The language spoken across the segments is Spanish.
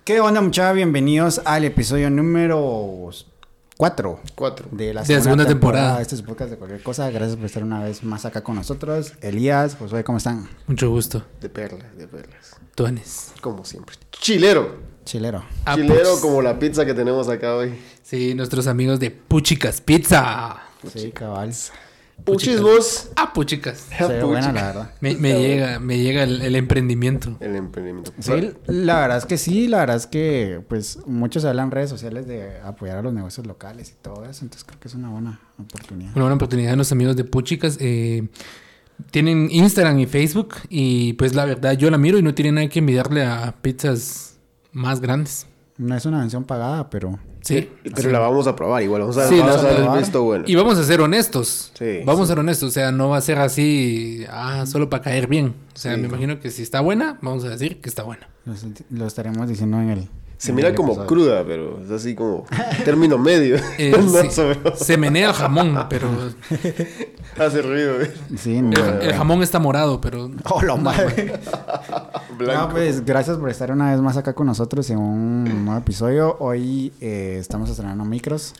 ¿Qué onda, muchachos? Bienvenidos al episodio número 4 de la segunda temporada. Este es su podcast de cualquier cosa. Gracias por estar una vez más acá con nosotros. Elías, Josué, ¿cómo están? Mucho gusto. De perlas. Tuanes. Como siempre. Chilero Chilero como la pizza que tenemos acá hoy. Sí, nuestros amigos de Puchicas Pizza. Sí, cabal. Puchis vos. Puchicas. Sí, buena, la verdad. Me llega el emprendimiento. El emprendimiento. Sí, la verdad es que sí. La verdad es que pues muchos hablan en redes sociales de apoyar a los negocios locales y todo eso. Entonces creo que es una buena oportunidad. Una buena oportunidad de los amigos de Puchicas. Tienen Instagram y Facebook. Y pues la verdad yo la miro y no tiene nada que envidiarle a pizzas más grandes. No es una mención pagada, pero... Sí. Pero la vamos a probar igual. Vamos a Sí, dar probar. el visto bueno. Y vamos a ser honestos. Sí, Vamos sí. a ser honestos. O sea, no va a ser así, solo para caer bien. O sea, Sí. me imagino que si está buena, vamos a decir que está buena. Lo estaremos diciendo en el... Se en mira el como episodio. cruda, pero es así como término medio. Sí. Más o menos. Se menea el jamón, pero Hace ruido, Sí, no. el jamón está morado, pero... ¡Oh, la madre! Blanco. No, pues gracias por estar una vez más acá con nosotros en un nuevo episodio. Hoy estamos estrenando micros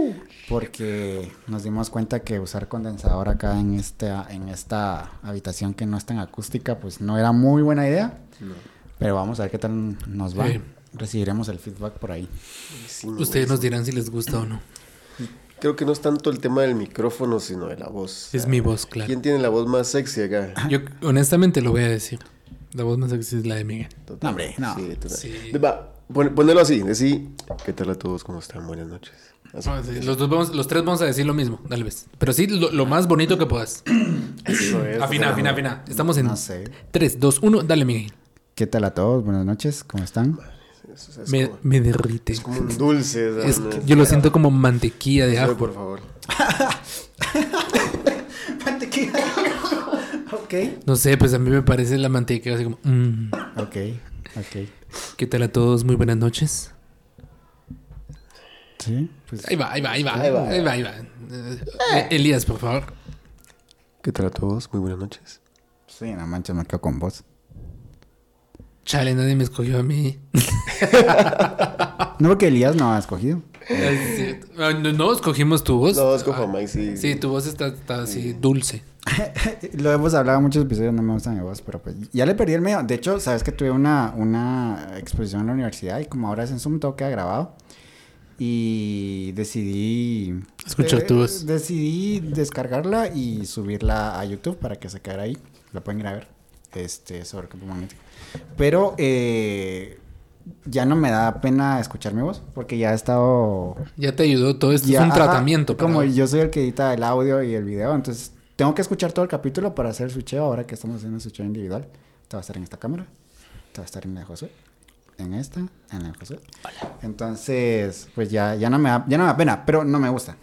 porque nos dimos cuenta que usar condensador acá en esta habitación que no es tan acústica pues no era muy buena idea. No. Pero vamos a ver qué tal nos va. Sí. Recibiremos el feedback por ahí. Sí, Ustedes nos dirán si les gusta o no. Creo que no es tanto el tema del micrófono, sino de la voz. Es mi voz, claro. ¿Quién tiene la voz más sexy acá? Yo honestamente lo voy a decir. La voz más sexy es la de Miguel. Total. No, hombre, no. Sí, total. Sí. Va, ponelo así. Decí, ¿qué tal a todos? ¿Cómo están? Buenas noches. Así. Sí, los tres vamos a decir lo mismo, dale ves. Pero sí, lo más bonito que puedas. Eso es. Afina. Estamos en No sé. 3, 2, 1, dale Miguel. ¿Qué tal a todos? Buenas noches. ¿Cómo están? Eso es Me derrite. es como un dulce. o sea, Es no que es- yo lo siento como mantequilla de Josué, ajo. por favor. Ok. No sé, pues a mí me parece la mantequilla así como... Ok. ¿Qué tal a todos? Muy buenas noches. Sí, pues... Ahí va. Ahí va. Elías, por favor. ¿Qué tal a todos? Muy buenas noches. Sí, no manches, me quedo con vos. Chale, nadie me escogió a mí. No, porque Elías no ha escogido. Sí. No, escogimos tu voz. No, escojo a Mike, sí. Sí, tu voz está así dulce. Lo hemos hablado en muchos episodios, no me gusta mi voz, pero pues ya le perdí el miedo. De hecho, sabes que tuve una exposición en la universidad y como ahora es en Zoom, todo queda grabado. Y decidí... Escuchar tu voz. Decidí descargarla y subirla a YouTube para que se quedara ahí. La pueden ir a ver. Sobre campo magnético. Pero ya no me da pena escuchar mi voz porque ya he estado... Ya te ayudó todo esto. Ya, es un ajá, tratamiento. para como vos. yo soy el que edita el audio y el video, entonces tengo que escuchar todo el capítulo para hacer el switcheo. Ahora que estamos haciendo el switcheo individual, te va a estar en esta cámara, te va a estar en la de Josué, en esta, en la de Josué. Entonces, pues ya no me da pena, pero no me gusta.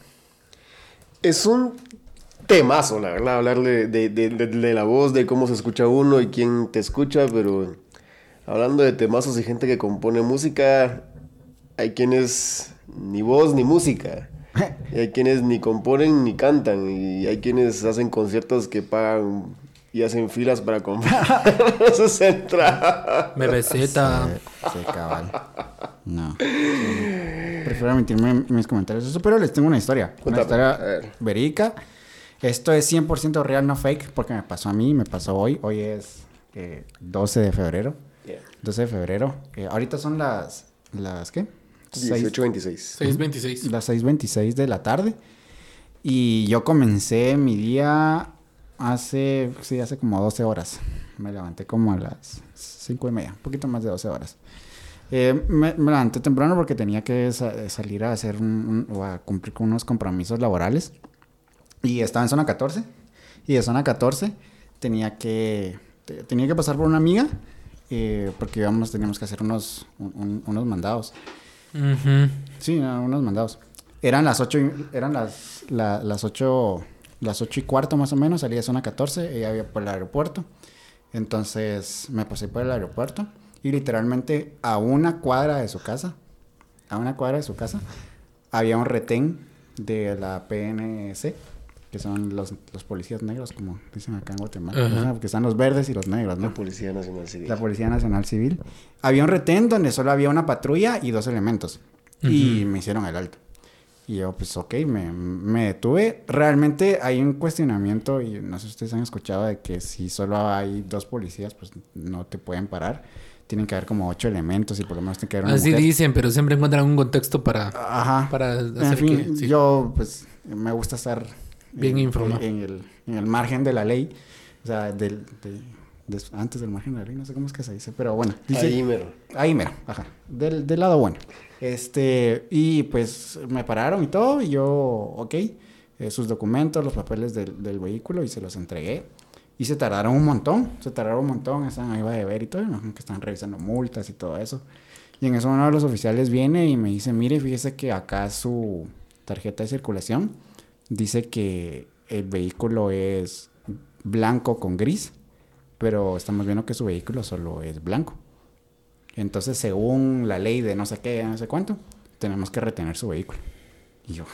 Es un temazo, la verdad, hablar de la voz, de cómo se escucha uno y quién te escucha, pero hablando de temazos y gente que compone música, hay quienes ni voz ni música. Y hay quienes ni componen ni cantan. Y hay quienes hacen conciertos que pagan y hacen filas para comprar sus entradas. Me beseta. Sí, cabal. No. Prefiero omitirme mis comentarios. Eso, pero les tengo una historia. Una Cuéntame, historia a ver. verídica. Esto es 100% real, no fake, porque me pasó a mí, me pasó hoy. Hoy es 12 de febrero. Yeah. 12 de febrero. Ahorita son las ¿qué? 18:26. 6:26. Las 6:26 de la tarde. Y yo comencé mi día hace como 12 horas. Me levanté como a las 5:30, un poquito más de 12 horas. Me levanté temprano porque tenía que salir a hacer o a cumplir con unos compromisos laborales. Y estaba en zona 14. Y de zona 14 tenía que pasar por una amiga porque teníamos que hacer unos mandados. Ujú. Sí, unos mandados. Eran las 8, las 8:15 más o menos, salí de zona 14, ella iba por el aeropuerto. Entonces me pasé por el aeropuerto y literalmente a una cuadra de su casa, había un retén de la PNC que son los policías negros, como dicen acá en Guatemala. Ajá. O sea, porque están los verdes y los negros, ¿no? La Policía Nacional Civil. La Policía Nacional Civil. Había un retén donde solo había una patrulla y 2 elementos. Y me hicieron el alto. Y yo, pues, ok, me detuve. Realmente hay un cuestionamiento, y no sé si ustedes han escuchado, de que si solo hay 2 policías, pues no te pueden parar. Tienen que haber como 8 elementos y por lo menos tiene que haber una Así mujer. dicen, pero siempre encuentran un contexto Ajá. para En hacer fin, que... sí. yo, pues, me gusta estar... Bien informado. En el margen de la ley. O sea, antes del margen de la ley, no sé cómo es que se dice, pero bueno. Ahí mero. Ahí mero, ajá. Del lado bueno. Y pues me pararon y todo, y yo, ok, sus documentos, los papeles del vehículo, y se los entregué. Y se tardaron un montón, estaban ahí va de ver y todo, imagino que están revisando multas y todo eso. Y en eso uno de los oficiales viene y me dice, mire, fíjese que acá su tarjeta de circulación dice que el vehículo es blanco con gris, pero estamos viendo que su vehículo solo es blanco. Entonces, según la ley de no sé qué, no sé cuánto, tenemos que retener su vehículo. Y yo...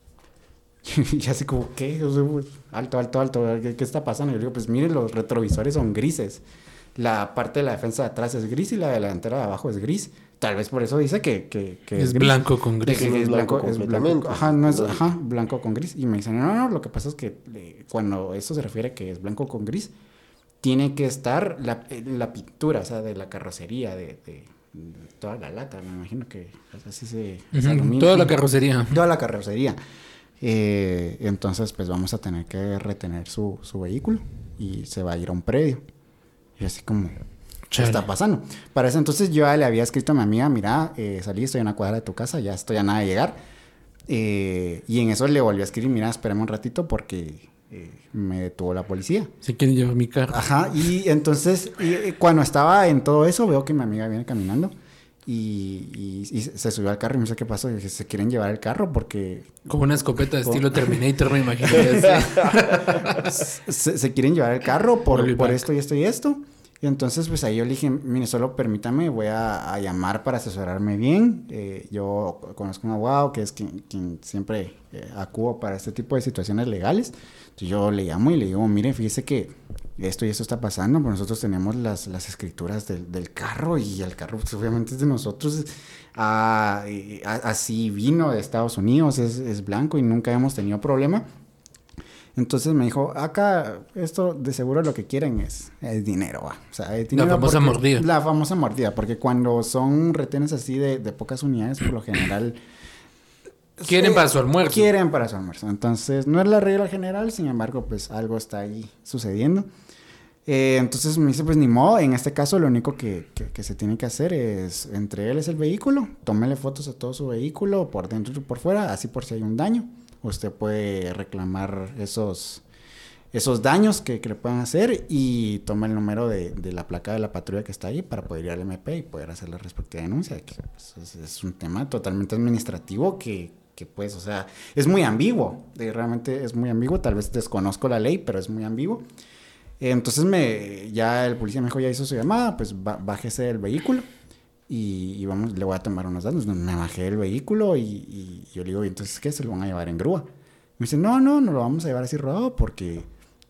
y así como, ¿qué? O sea, pues, alto. ¿Qué está pasando? Y yo digo, pues mire, los retrovisores son grises. La parte de la defensa de atrás es gris y la delantera de abajo es gris. Tal vez por eso dice que es gris. blanco con gris. Que Es blanco blanco. completamente. Ajá, no es, ajá, blanco con gris. Y me dicen, no, lo que pasa es que cuando eso se refiere a que es blanco con gris, tiene que estar la pintura, o sea, de la carrocería, de toda la lata. Me imagino que así se... es aluminio. Toda la carrocería. Toda la carrocería. Entonces, pues vamos a tener que retener su vehículo y se va a ir a un predio. Y así como, ¿qué está pasando? Para eso entonces yo ya le había escrito a mi amiga, mira, salí, estoy en una cuadra de tu casa, ya estoy a nada de llegar. Y en eso le volví a escribir, mira, espérame un ratito porque me detuvo la policía. Si quieren llevar mi carro. Ajá, y entonces cuando estaba en todo eso, veo que mi amiga viene caminando. Y se subió al carro y me dice, ¿qué pasó? Y dije, se quieren llevar el carro porque... Con una escopeta de estilo Terminator, me imagino. se quieren llevar el carro por Back. esto y esto y esto. Y entonces, pues ahí yo le dije, mire, solo permítame, voy a llamar para asesorarme bien. Yo conozco un abogado que es quien siempre acudo para este tipo de situaciones legales. Entonces yo le llamo y le digo, mire, fíjese que esto y esto está pasando, pero nosotros tenemos las escrituras del carro y el carro pues, obviamente es de nosotros. Así vino de Estados Unidos, es blanco y nunca hemos tenido problema. Entonces me dijo, acá esto de seguro lo que quieren es dinero, va. O sea, dinero La famosa mordida. La famosa mordida, porque cuando son retenes así de pocas unidades, por lo general... Quieren para su almuerzo. Quieren para su almuerzo. Entonces, no es la regla general, sin embargo, pues algo está ahí sucediendo. Entonces me dice, pues ni modo, en este caso lo único que se tiene que hacer es entregarles el vehículo, tómele fotos a todo su vehículo, por dentro y por fuera, así por si hay un daño. Usted puede reclamar esos daños que le puedan hacer y toma el número de la placa de la patrulla que está ahí para poder ir al MP y poder hacer la respectiva denuncia. Que, pues, es un tema totalmente administrativo que pues, o sea, es muy ambiguo. Realmente es muy ambiguo. Tal vez desconozco la ley, pero es muy ambiguo. Entonces ya el policía me dijo, ya hizo su llamada, pues bájese del vehículo y vamos, le voy a tomar unos datos. Me bajé del vehículo y yo le digo, ¿y entonces qué? ¿Se lo van a llevar en grúa? Me dice, no lo vamos a llevar así rodado porque...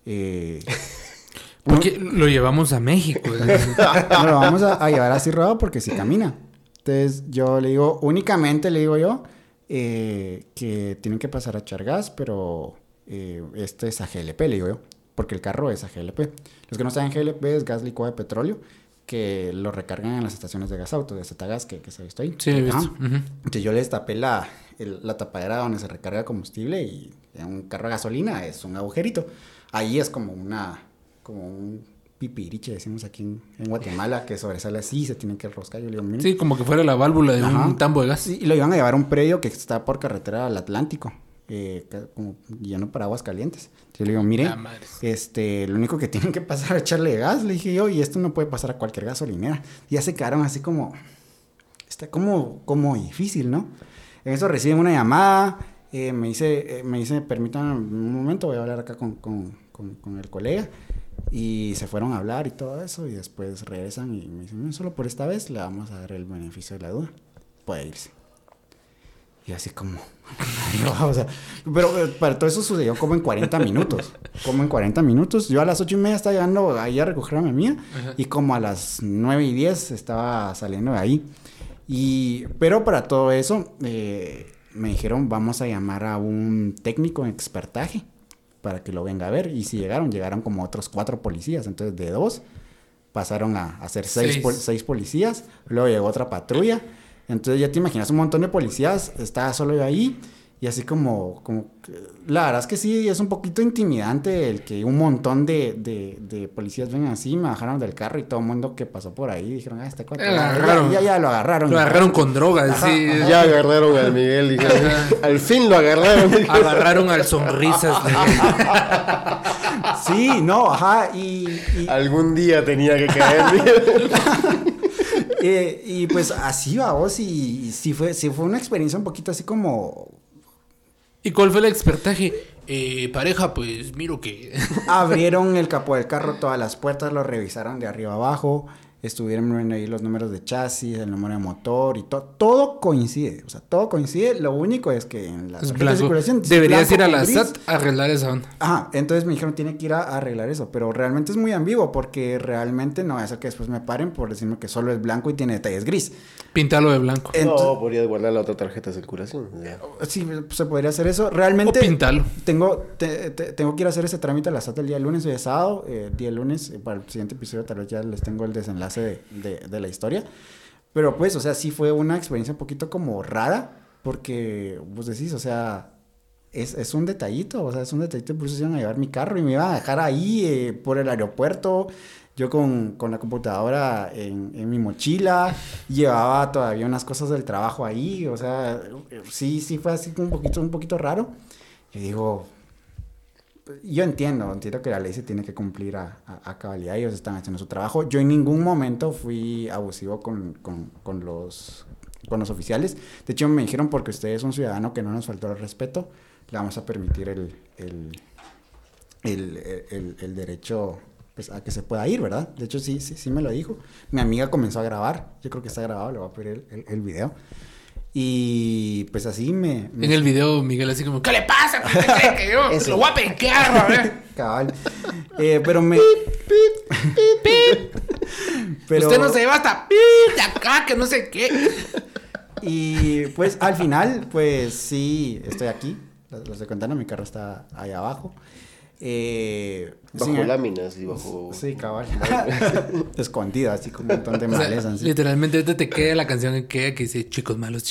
Porque lo llevamos a México. No lo vamos a llevar así rodado porque si camina. Entonces yo le digo, únicamente le digo yo que tienen que pasar a echar gas, pero este es a GLP, le digo yo, porque el carro es a GLP. Los que no saben, GLP es gas licuado de petróleo, que lo recargan en las estaciones de gas auto, de Zetagas, que se ha visto ahí. Sí, he visto. Entonces yo le destapé la tapadera donde se recarga combustible y en un carro de gasolina es un agujerito. Ahí es como un pipiriche, decimos aquí en Guatemala, que sobresale así, se tiene que enroscar. Yo le digo, mire. Sí, como que fuera la válvula de un tambo de gas. Sí, y lo iban a llevar a un predio que está por carretera al Atlántico, como lleno para aguas calientes. Yo le digo, mire, lo único que tienen que pasar es echarle gas, le dije yo, y esto no puede pasar a cualquier gasolinera. Y ya se quedaron así como, está como difícil, ¿no? En eso reciben una llamada, me dice, permítanme un momento, voy a hablar acá con el colega. Y se fueron a hablar y todo eso, y después regresan y me dicen, solo por esta vez le vamos a dar el beneficio de la duda, puede irse. Y así como... o sea, pero para todo eso sucedió como en 40 minutos. Como en 40 minutos. Yo a las 8:30 estaba llegando ahí a recoger a mi amiga. Ajá. Y como a las 9:10 estaba saliendo de ahí. Pero para todo eso, me dijeron, vamos a llamar a un técnico en expertaje para que lo venga a ver. Y si llegaron como otros 4 policías. Entonces, de 2, pasaron a ser 6 policías. Luego llegó otra patrulla. Entonces, ya te imaginas un montón de policías. Estaba solo yo ahí. Y así como... La verdad es que sí, es un poquito intimidante el que un montón de policías vengan así. Me bajaron del carro y todo el mundo que pasó por ahí dijeron, este cuate... Ya lo agarraron. Lo agarraron con drogas, sí. Ya agarraron al Miguel, dijeron. Al fin lo agarraron. Agarraron al Sonrisas. Sí, no, ajá. Algún día tenía que caer. Y pues así va vos. Y sí fue una experiencia un poquito así como... ¿Y cuál fue el expertaje? Pareja, pues miro que... Abrieron el capó del carro, todas las puertas, lo revisaron de arriba abajo, estuvieron viendo ahí los números de chasis, el número de motor y todo coincide. O sea, todo coincide. Lo único es que en la tarjeta de circulación... Deberías ir a la gris. SAT a arreglar esa onda. Ajá, entonces me dijeron, tiene que ir a arreglar eso. Pero realmente es muy ambiguo porque realmente no va a ser que después me paren por decirme que solo es blanco y tiene detalles gris. Pintalo de blanco. No, podrías guardar la otra tarjeta de circulación. Ya. Sí, se podría hacer eso. Realmente... O pintalo. Tengo que ir a hacer ese trámite a la SAT el día lunes. Hoy es sábado. Día lunes, para el siguiente episodio tal vez ya les tengo el desenlace de la historia. Pero pues, o sea, sí fue una experiencia un poquito como rara. Porque vos decís, o sea... Es un detallito, o sea, es un detallito. Por eso se iban a llevar mi carro y me iban a dejar ahí por el aeropuerto. Yo con la computadora en mi mochila, llevaba todavía unas cosas del trabajo ahí, o sea, sí fue así un poquito raro. Yo digo, yo entiendo que la ley se tiene que cumplir a cabalidad, ellos están haciendo su trabajo. Yo en ningún momento fui abusivo con los oficiales. De hecho, me dijeron, porque usted es un ciudadano que no nos faltó el respeto, le vamos a permitir el derecho... pues a que se pueda ir, ¿verdad? De hecho, sí me lo dijo. Mi amiga comenzó a grabar. Yo creo que está grabado, le voy a pedir el video. Y pues así En el video, Miguel así como, ¿qué le pasa? ¿Qué cree que yo lo voy a penquear? Cabal. Pero Usted no se lleva hasta de acá, que no sé qué. Y pues al final, pues sí, estoy aquí. Lo estoy contando, mi carro está ahí abajo. Bajo láminas y bajo... Sí, cabal. Escondido, así con un montón de maleza. O sea, literalmente ahorita te queda la canción que dice chicos malos.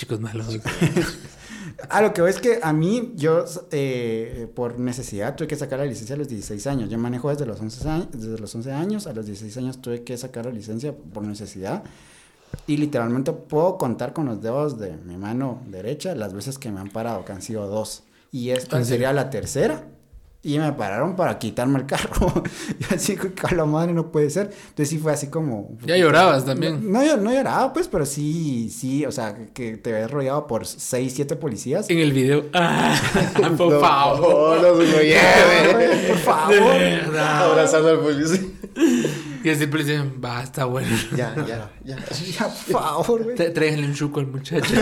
Lo que veo es que a mí, yo por necesidad tuve que sacar la licencia a los 16 años. Yo manejo desde los 11 años. A los 16 años tuve que sacar la licencia por necesidad. Y literalmente puedo contar con los dedos de mi mano derecha las veces que me han parado, que han sido 2. Y esta sería la tercera. Y me pararon para quitarme el carro. Y así, que la madre, no puede ser. Entonces sí fue así como... Ya llorabas también. No lloraba, pues, pero sí, o sea, que te ves rodeado por 6, 7 policías. En el video. Por favor. No se lo lleve. Por favor. De verdad. Abrazando al policía. Y así el policía, basta, bueno. Ya. Ya, por favor, güey. Tráigale un chuco al muchacho.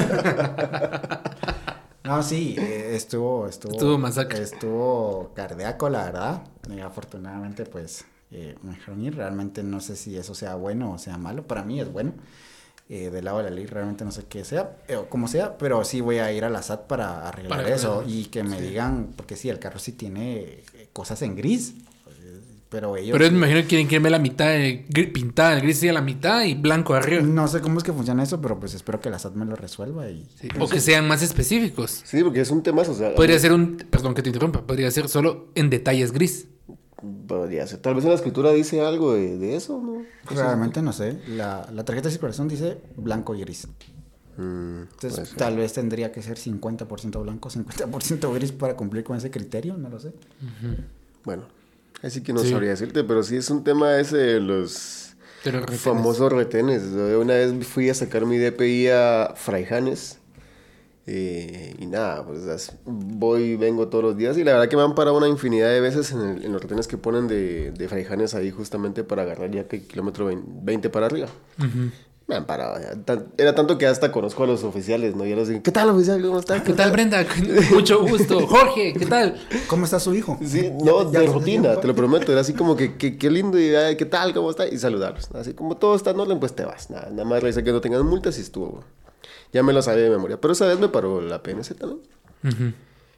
No, sí, estuvo masacre. Estuvo cardíaco, la verdad. Afortunadamente, pues, me dejaron ir. Realmente no sé si eso sea bueno o sea malo. Para mí es bueno. Del lado de la ley realmente no sé qué sea, como sea, pero sí voy a ir a la SAT para arreglar eso. Y que me digan, porque sí, el carro sí tiene cosas en gris. Pero ellos... Pero me imagino que quieren que me la mitad pintada, el gris sigue a la mitad y blanco arriba. No sé cómo es que funciona eso, pero pues espero que la SAT me lo resuelva y... Sí, o que sean más específicos. Sí, porque es un temazo, o sea... Podría ser perdón que te interrumpa, podría ser solo en detalles gris. Podría ser. Tal vez en la escritura dice algo de eso, ¿no? Realmente no sé. La tarjeta de circulación dice blanco y gris. Entonces tal vez tendría que ser 50% blanco, 50% gris para cumplir con ese criterio, no lo sé. Bueno... Así que no sabría decirte, pero sí es un tema ese de los famosos retenes. Una vez fui a sacar mi DPI a Fraijanes y nada, pues voy y vengo todos los días y la verdad que me han parado una infinidad de veces en los retenes que ponen de Fraijanes ahí justamente para agarrar ya que kilómetro 20 para arriba. Me han parado. Era tanto que hasta conozco a los oficiales, ¿no? Y los digo, ¿qué tal, oficial? ¿Cómo está? ¿Qué tal, Brenda? Mucho gusto. Jorge, ¿qué tal? ¿Cómo está su hijo? Sí, no, Ya de se rutina, dio. te lo prometo. Era así como que qué lindo, y ay, ¿qué tal? ¿Cómo está? Y saludarlos. Así como todo está en orden, pues te vas. Nada más revisar que no tengan multas y estuvo. Güey. Ya me lo sabía de memoria. Pero esa vez me paró la PNZ, ¿no? Ujú.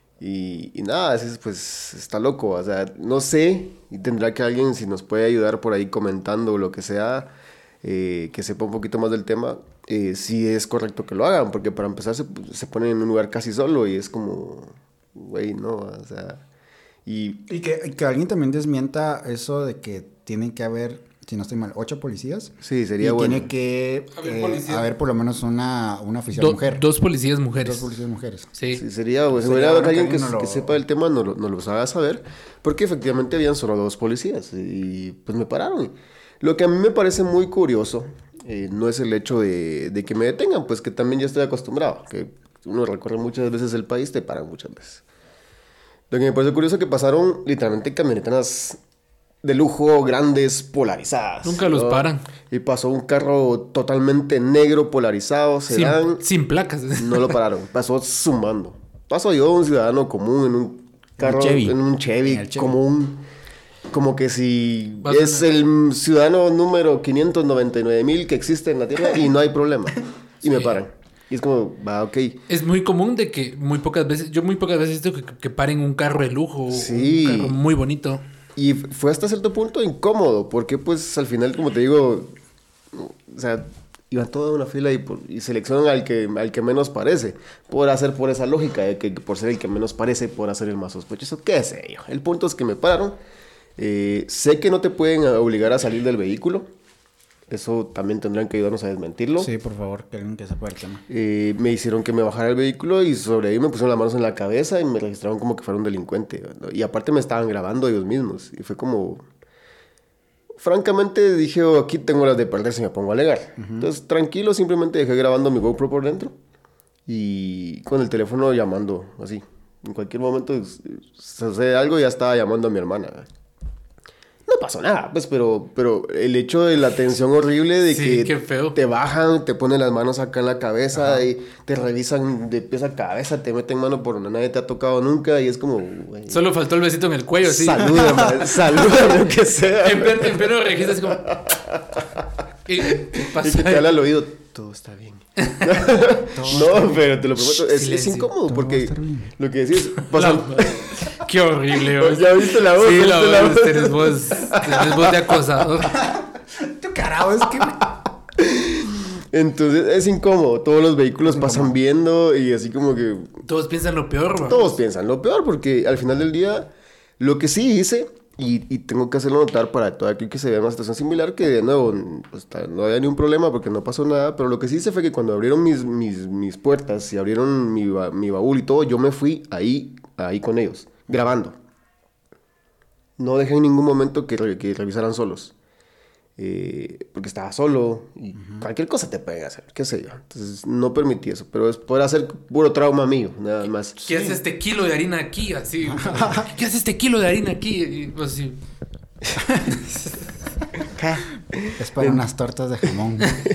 Y nada, pues está loco. O sea, no sé, y tendrá que alguien, si nos puede ayudar por ahí comentando o lo que sea, que sepa un poquito más del tema, si es correcto que lo hagan. Porque para empezar se ponen en un lugar casi solo y es como, güey, no, o sea... Y que alguien también desmienta eso de que tienen que haber, si no estoy mal, 8 policías. Sí, sería y bueno. tiene que Haber haber por lo menos una oficial mujer. 2 policías mujeres. 2 policías mujeres. Sí. Sí, sería bueno bueno alguien que que, alguien que sepa del tema, nos lo haga saber, porque efectivamente habían solo 2 policías y pues me pararon. Lo que a mí me parece muy curioso no es el hecho de que me detengan, pues que también ya estoy acostumbrado, que uno recorre muchas veces el país, te paran muchas veces. Lo que me parece curioso es que pasaron literalmente camionetas de lujo, grandes, polarizadas. Nunca los paran. Y pasó un carro totalmente negro, polarizado, sedán. Sin placas. No lo pararon, pasó zumbando. Paso yo, un ciudadano común, en un carro, Chevy. en un Chevy, En el Chevy. común. Como que si Vas a es el ciudadano número 599,000 que existe en la Tierra y no hay problema. Y me Sí. paran. Y es como, va, ok. Es muy común de que muy pocas veces he visto que paren un carro de lujo. Sí. Un carro muy bonito. Y fue hasta cierto punto incómodo, porque pues al final, como te digo, o sea, iban toda una fila y seleccionan al que menos parece, por esa lógica de que por ser el que menos parece, por hacer el más sospechoso, qué sé yo. El punto es que me pararon. Sé que no te pueden obligar a salir del vehículo. Eso también tendrán que ayudarnos a desmentirlo. Sí, por favor, que alguien que sepa el tema. Me hicieron que me bajara el vehículo y sobre ahí me pusieron las manos en la cabeza y me registraron como que fuera un delincuente, ¿no? Y aparte me estaban grabando ellos mismos. Y fue como... Francamente dije, oh, aquí tengo las de perder si me pongo a alegar. Entonces, tranquilo, simplemente dejé grabando mi GoPro por dentro. Y con el teléfono llamando, así. En cualquier momento sucede algo y ya estaba llamando a mi hermana. No pasó nada, pues, pero el hecho de la tensión horrible de Sí, que qué feo. te bajan, te ponen las manos acá en la cabeza y te revisan de pies a cabeza, te meten mano por donde nadie te ha tocado nunca y es como, güey, Solo faltó el besito en el cuello, sí. salúdame, salúdame, lo que sea. En pleno registro, así como... ¿Qué Y pasa? que te habla al oído, todo está bien. No, pero te lo prometo, es Silencio. incómodo Todo va a porque estar bien. lo que decís, pasan... Qué horrible, vos. ¿Ya viste la voz? Sí, ¿Viste la voz. voz? Tenés voz de acosador. Tu carajo, es que... Entonces es incómodo, todos los vehículos pasan viendo y así como que Todos piensan lo peor, ¿no? todos piensan lo peor porque al final del día lo que sí hice y tengo que hacerlo notar para todo aquel que se vea en una situación similar que de nuevo pues, no había ni un problema porque no pasó nada, pero lo que sí hice fue que cuando abrieron mis puertas y abrieron mi baúl y todo, yo me fui ahí con ellos, grabando. No dejé en ningún momento que revisaran solos. Porque estaba solo y cualquier cosa te pueden hacer, qué sé yo. Entonces no permití eso, pero es por hacer puro trauma mío, nada más. ¿Qué hace este kilo de harina aquí? Así. ¿Qué hace este kilo de harina aquí? Y, pues, así. Es para unas tortas de jamón.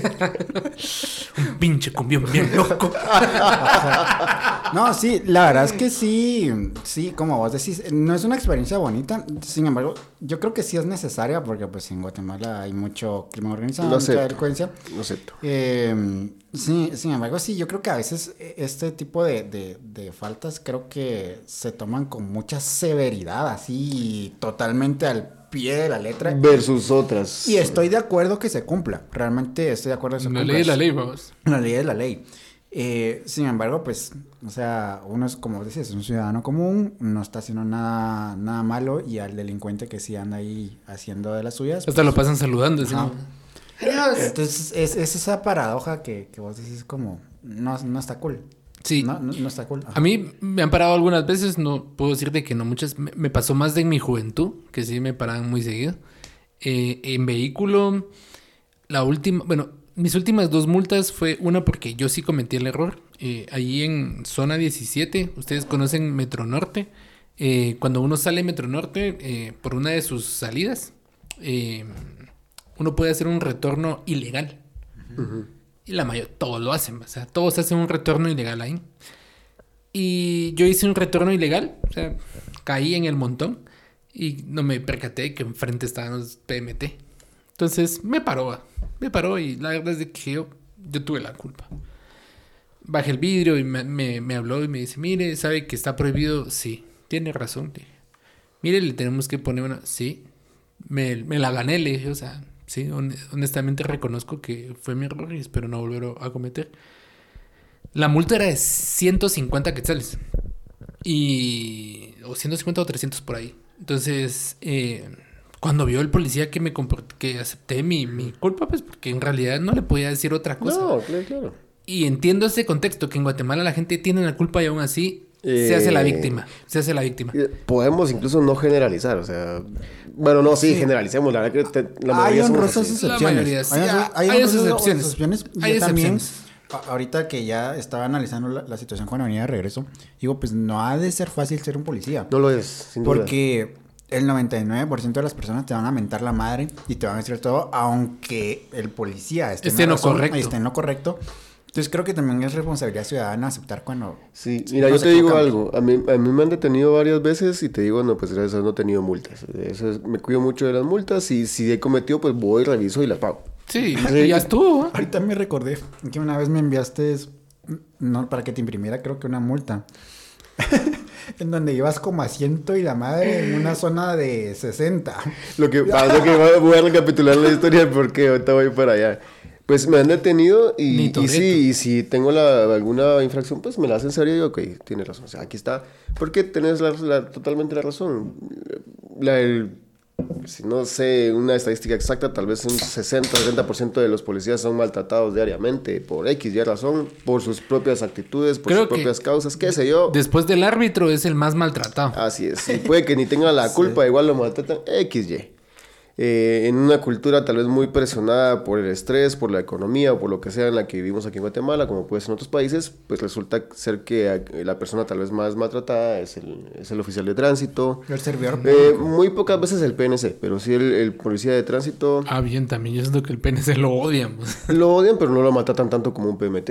Un pinche cumbión bien loco. No, sí, la verdad es que sí, como vos decís, no es una experiencia bonita, sin embargo, yo creo que sí es necesaria porque pues en Guatemala hay mucho crimen organizado, Lo mucha acepto. delincuencia. Lo acepto. Sí, sin embargo, sí, yo creo que a veces este tipo de faltas creo que se toman con mucha severidad, así totalmente al pie de la letra. Versus otras. Y estoy de acuerdo que se cumpla, realmente estoy de acuerdo que se La cumpla. ley es la ley, vamos. La ley es la ley. Sin embargo, pues, o sea, uno es, como decías, es un ciudadano común, no está haciendo nada malo, y al delincuente que sí anda ahí haciendo de las suyas. Hasta lo pasan saludando. Así, Ajá. ¿no? Entonces, es esa paradoja que vos decís como, no está cool. Sí. No está cool. Ajá. A mí me han parado algunas veces, no puedo decirte que no muchas. Me pasó más de en mi juventud, que sí me paraban muy seguido. En vehículo, mis últimas 2 multas fue una porque yo sí cometí el error. Allí en zona 17, ustedes conocen Metro Norte. Cuando uno sale Metro Norte, por una de sus salidas, uno puede hacer un retorno ilegal. Y la mayoría, todos lo hacen. O sea, todos hacen un retorno ilegal ahí. Y yo hice un retorno ilegal. O sea, caí en el montón. Y no me percaté que enfrente estaban los PMT. Entonces me paró y la verdad es de que yo tuve la culpa. Bajé el vidrio y me habló y me dice, mire, ¿sabe que está prohibido? Sí, tiene razón. Le dije, mire, le tenemos que poner una... Sí, me la gané, le dije, o sea, sí, honestamente reconozco que fue mi error y espero no volverlo a cometer. La multa era de 150 quetzales. O 150 o 300 por ahí. Entonces, cuando vio el policía que que acepté mi culpa, pues porque en realidad no le podía decir otra cosa. No, claro. Y entiendo ese contexto, que en Guatemala la gente tiene la culpa y aún así se hace la víctima. Podemos incluso no generalizar, o sea... Bueno, no, sí, generalicemos. La verdad que la mayoría hay somos honrosas así. excepciones. La mayoría, sí. Hay excepciones. excepciones. Hay Yo también, excepciones. ahorita que ya estaba analizando la situación cuando venía de regreso, digo, pues no ha de ser fácil ser un policía. No lo es, sin duda. Porque el 99% de las personas te van a mentar la madre y te van a decir todo, aunque el policía esté en lo correcto. Entonces creo que también es responsabilidad ciudadana aceptar cuando... Sí, mira, yo te digo algo. A mí me han detenido varias veces y te digo, no, pues gracias a Dios no he tenido multas. Me cuido mucho de las multas y si he cometido, pues voy, reviso y las pago. Sí, y ya estuvo. Ahorita me recordé que una vez me enviaste, no, para que te imprimiera, creo que una multa. En donde ibas como a 100 y la madre en una zona de 60. Lo que pasa es que voy a recapitular la historia de por qué ahorita voy para allá. Pues me han detenido y si tengo alguna infracción, pues me la hacen serio y digo, ok, tienes razón. O sea, aquí está. Porque tenés totalmente la razón. Si no sé una estadística exacta, tal vez un 60-70% de los policías son maltratados diariamente por X y razón, por sus propias actitudes, por sus propias causas, qué sé yo. Después del árbitro es el más maltratado. Así es. Y puede que ni tenga la culpa, igual lo maltratan XY. En una cultura tal vez muy presionada por el estrés, por la economía o por lo que sea en la que vivimos aquí en Guatemala, como puede ser en otros países, pues resulta ser que la persona tal vez más maltratada es el oficial de tránsito. El servidor. Muy pocas veces el PNC, pero sí el policía de tránsito. Ah, bien, también yo siento que el PNC lo odian. Lo odian, pero no lo maltratan tanto como un PMT.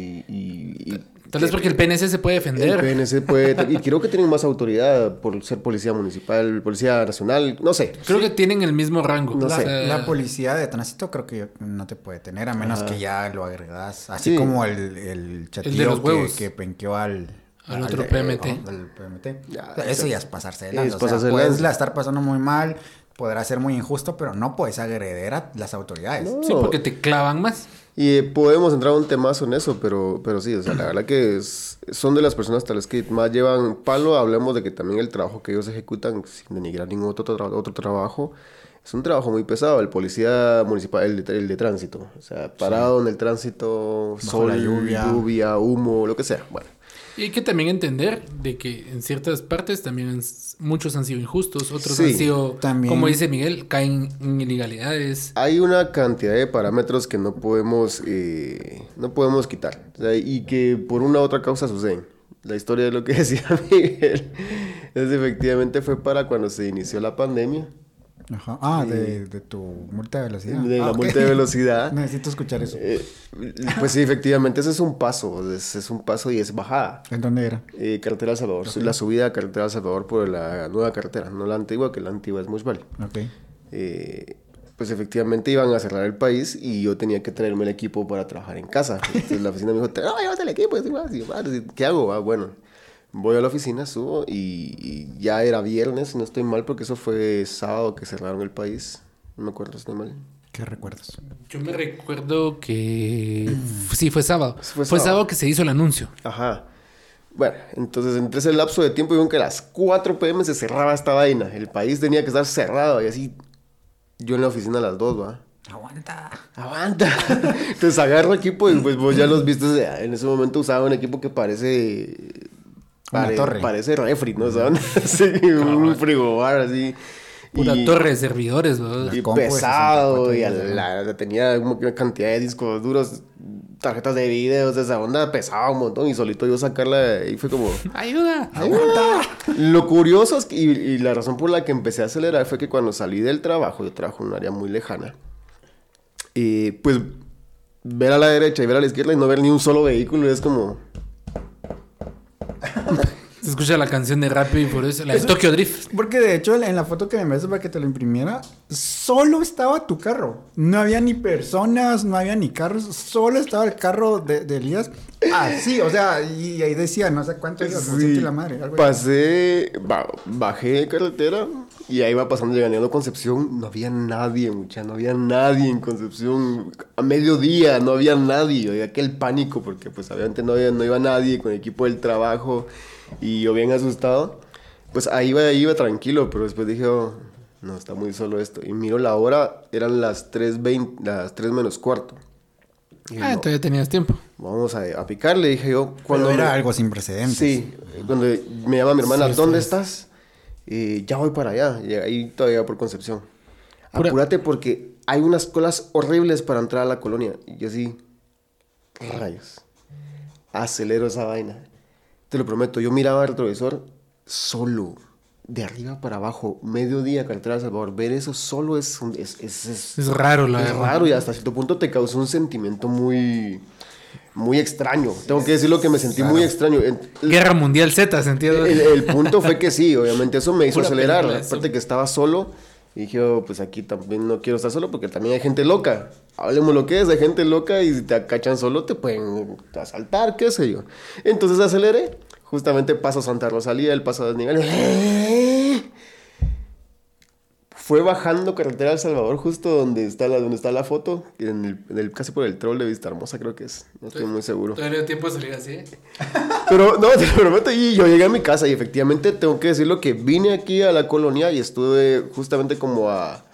Tal vez porque el PNC se puede defender. El PNC puede... Y creo que tienen más autoridad por ser policía municipal, policía nacional, no sé. Creo que tienen el mismo rango. No sé. La policía de tránsito creo que no te puede tener, a menos que ya lo agregas. Así como el chatillo que penqueó al otro PMT. Al PMT. Eso ya es pasarse de lanza. Puedes la estar pasando muy mal, podrá ser muy injusto, pero no puedes agredir a las autoridades. No. Sí, porque te clavan más. Y podemos entrar a un temazo en eso, pero sí, o sea, la verdad que son de las personas tal vez que más llevan palo. Hablemos de que también el trabajo que ellos ejecutan, sin denigrar ningún otro trabajo, es un trabajo muy pesado. El policía municipal, el de tránsito, o sea, parado en el tránsito, sol, la lluvia, humo, lo que sea, bueno. Y hay que también entender de que en ciertas partes también muchos han sido injustos, otros han sido, también, como dice Miguel, caen en ilegalidades. Hay una cantidad de parámetros que no podemos quitar, o sea, y que por una u otra causa suceden. La historia de lo que decía Miguel efectivamente fue para cuando se inició la pandemia. Ajá. De tu multa de velocidad. De la multa de velocidad. Necesito escuchar eso. Pues sí, efectivamente, ese es un paso. Es un paso y es bajada. ¿En dónde era? Carretera El Salvador. Okay. La subida a Carretera El Salvador por la nueva carretera. No la antigua, que la antigua es muy vale. Ok. Pues efectivamente iban a cerrar el país y yo tenía que traerme el equipo para trabajar en casa. Entonces la oficina me dijo, no, llévate el equipo. ¿Qué hago? Bueno... Voy a la oficina, subo y ya era viernes, no estoy mal, porque eso fue sábado que cerraron el país. No me acuerdo, estoy mal. ¿Qué recuerdas? Yo me recuerdo que... Sí, fue sábado. Fue sábado que se hizo el anuncio. Ajá. Bueno, entonces entre ese lapso de tiempo, vieron que a las 4 p.m. se cerraba esta vaina. El país tenía que estar cerrado y así... Yo en la oficina a las 2, ¿va? ¡Aguanta! Entonces agarro equipo y pues vos ya los viste. O sea, en ese momento usaba un equipo que parece refri, ¿no? ¿Saben? Sí, un frigobar así. Pura torre de servidores, ¿no? Y pesado. Y tenía una cantidad de discos duros, tarjetas de videos, de esa onda, pesaba un montón. Y solito yo sacarla y fue como... ¡Ayuda! ¡Aguanta! Lo curioso es que, y la razón por la que empecé a acelerar fue que cuando salí del trabajo, yo trabajo en un área muy lejana, pues ver a la derecha y ver a la izquierda y no ver ni un solo vehículo es como... Se escucha la canción de Rápido y Furioso, la de Tokyo Drift. Porque de hecho en la foto que me enviaste para que te lo imprimiera, solo estaba tu carro. No había ni personas, no había ni carros, solo estaba el carro de Elías. Así, o sea, y ahí decía, no sé cuánto iba, como Sí, siete la madre. Algo bajé de carretera y ahí iba pasando llegando a Concepción. No había nadie, no había nadie en Concepción. A mediodía no había nadie. Había aquel pánico porque pues obviamente no iba nadie con el equipo del trabajo. Y yo bien asustado, pues ahí iba tranquilo, pero después dije, oh, no, está muy solo esto. Y miro la hora, eran las 3:20, las 3 menos cuarto. Y dije, no, Todavía tenías tiempo. vamos a picarle, dije yo. Cuando era algo sin precedentes. Sí, cuando me llama mi hermana, Sí, ¿dónde sí. estás? Ya voy para allá, y ahí todavía por Concepción. Pura- Apúrate porque hay unas colas horribles para entrar a la colonia. Y yo así, rayos, acelero esa vaina. Te lo prometo, yo miraba el retrovisor solo, de arriba para abajo, mediodía, carretera de Salvador. Ver eso solo es Es raro, la es verdad. raro y hasta cierto punto te causó un sentimiento muy, muy extraño. Tengo que decir lo que me sentí muy extraño. Guerra Mundial Z, ¿sentido? El punto fue que sí, obviamente eso me hizo Pura acelerar. película, eso. Aparte que estaba solo y dije, oh, pues aquí también no quiero estar solo porque también hay gente loca. Hablemos lo que es, hay gente loca y si te acachan solo te pueden asaltar, qué sé yo. Entonces aceleré, justamente paso Santa Rosalía, el paso de Desnivel. Fue bajando carretera El Salvador, justo donde está la foto, casi por el troll de Vista Hermosa, creo que es. No estoy muy seguro. Todavía no tiempo de salir así. Pero no, te lo prometo, y yo llegué a mi casa y efectivamente tengo que decirlo que vine aquí a la colonia y estuve justamente como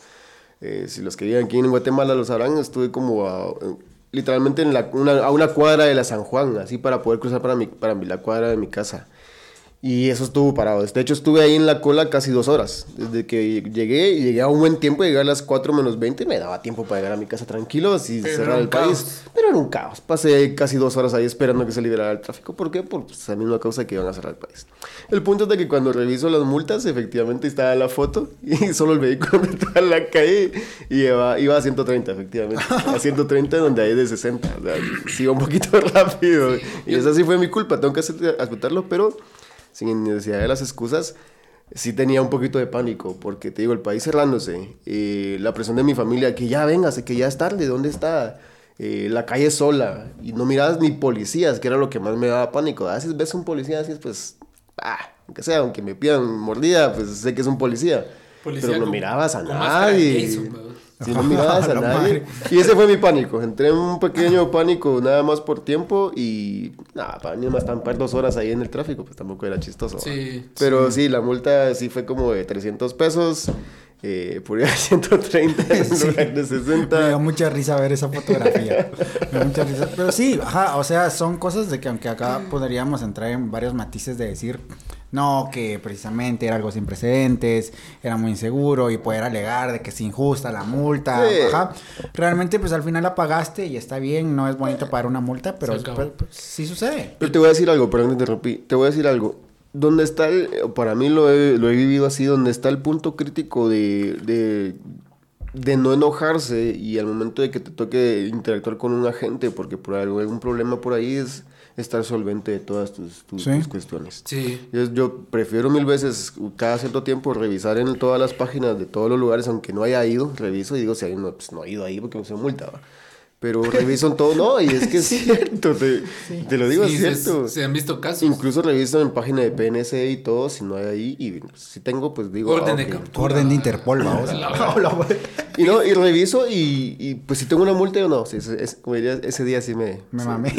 si los que viven aquí en Guatemala lo sabrán, estuve como literalmente a una cuadra de la San Juan, así para poder cruzar para la cuadra de mi casa. Y eso estuvo parado. De hecho, estuve ahí en la cola casi 2 horas. Desde que llegué a un buen tiempo, llegué a las 4 menos 20, me daba tiempo para llegar a mi casa tranquilo, así Pero cerrar era el un país. caos. Pero era un caos. Pasé casi 2 horas ahí esperando que se liberara el tráfico. ¿Por qué? Por pues, la misma causa que iban a cerrar el país. El punto es de que cuando reviso las multas, efectivamente estaba la foto y solo el vehículo estaba en la calle y iba a 130, efectivamente. A 130 donde hay de 60. O sea, sí iba un poquito rápido. Y esa sí fue mi culpa, tengo que aceptarlo, pero sin necesidad de las excusas, sí tenía un poquito de pánico, porque te digo, el país cerrándose, la presión de mi familia, que ya véngase, que ya es tarde, ¿dónde está? La calle sola, y no mirabas ni policías, que era lo que más me daba pánico. A veces ves un policía, así pues, aunque sea, aunque me pidan mordida, pues sé que es un policía. Policía Pero no con- mirabas a con máscara de nadie. Jason, ¿verdad? Si no mirabas a La nadie. madre. Y ese fue mi pánico. Entré en un pequeño pánico nada más por tiempo y nada, para mí más estampar 2 horas ahí en el tráfico, pues tampoco era chistoso. Sí, ¿va? Pero sí, la multa sí fue como de 300 pesos. Por ir a 130 en Sí. lugar de Me 60. dio mucha risa ver esa fotografía. Me dio mucha risa. Pero sí, ajá, o sea, son cosas de que aunque acá podríamos entrar en varios matices de decir, no, que precisamente era algo sin precedentes, era muy inseguro y poder alegar de que es injusta la multa, Sí. ajá. Realmente, pues al final la pagaste y está bien, no es bonito pagar una multa, pero Se acabó. pues, sí sucede. Pero te voy a decir algo, perdón, te interrumpí. Te voy a decir algo. ¿Dónde está para mí lo he vivido así, donde está el punto crítico de no enojarse y al momento de que te toque interactuar con un agente, porque por algún problema por ahí es estar solvente de todas tus Sí. cuestiones. Sí. Yo prefiero 1000 veces cada cierto tiempo revisar en todas las páginas de todos los lugares, aunque no haya ido, reviso y digo, si hay pues no he ido ahí porque me se multa, ¿va? Pero reviso en todo, no, y es que es cierto, te lo digo, Sí, es cierto. se han visto casos. Incluso reviso en página de PNC y todo, si no hay ahí, y si tengo, pues digo... Orden de ok. captura. Orden de Interpol, vamos. Y no, y reviso y pues si tengo una multa o no, sí, como diría, ese día sí me... Me sí, mamé. sí.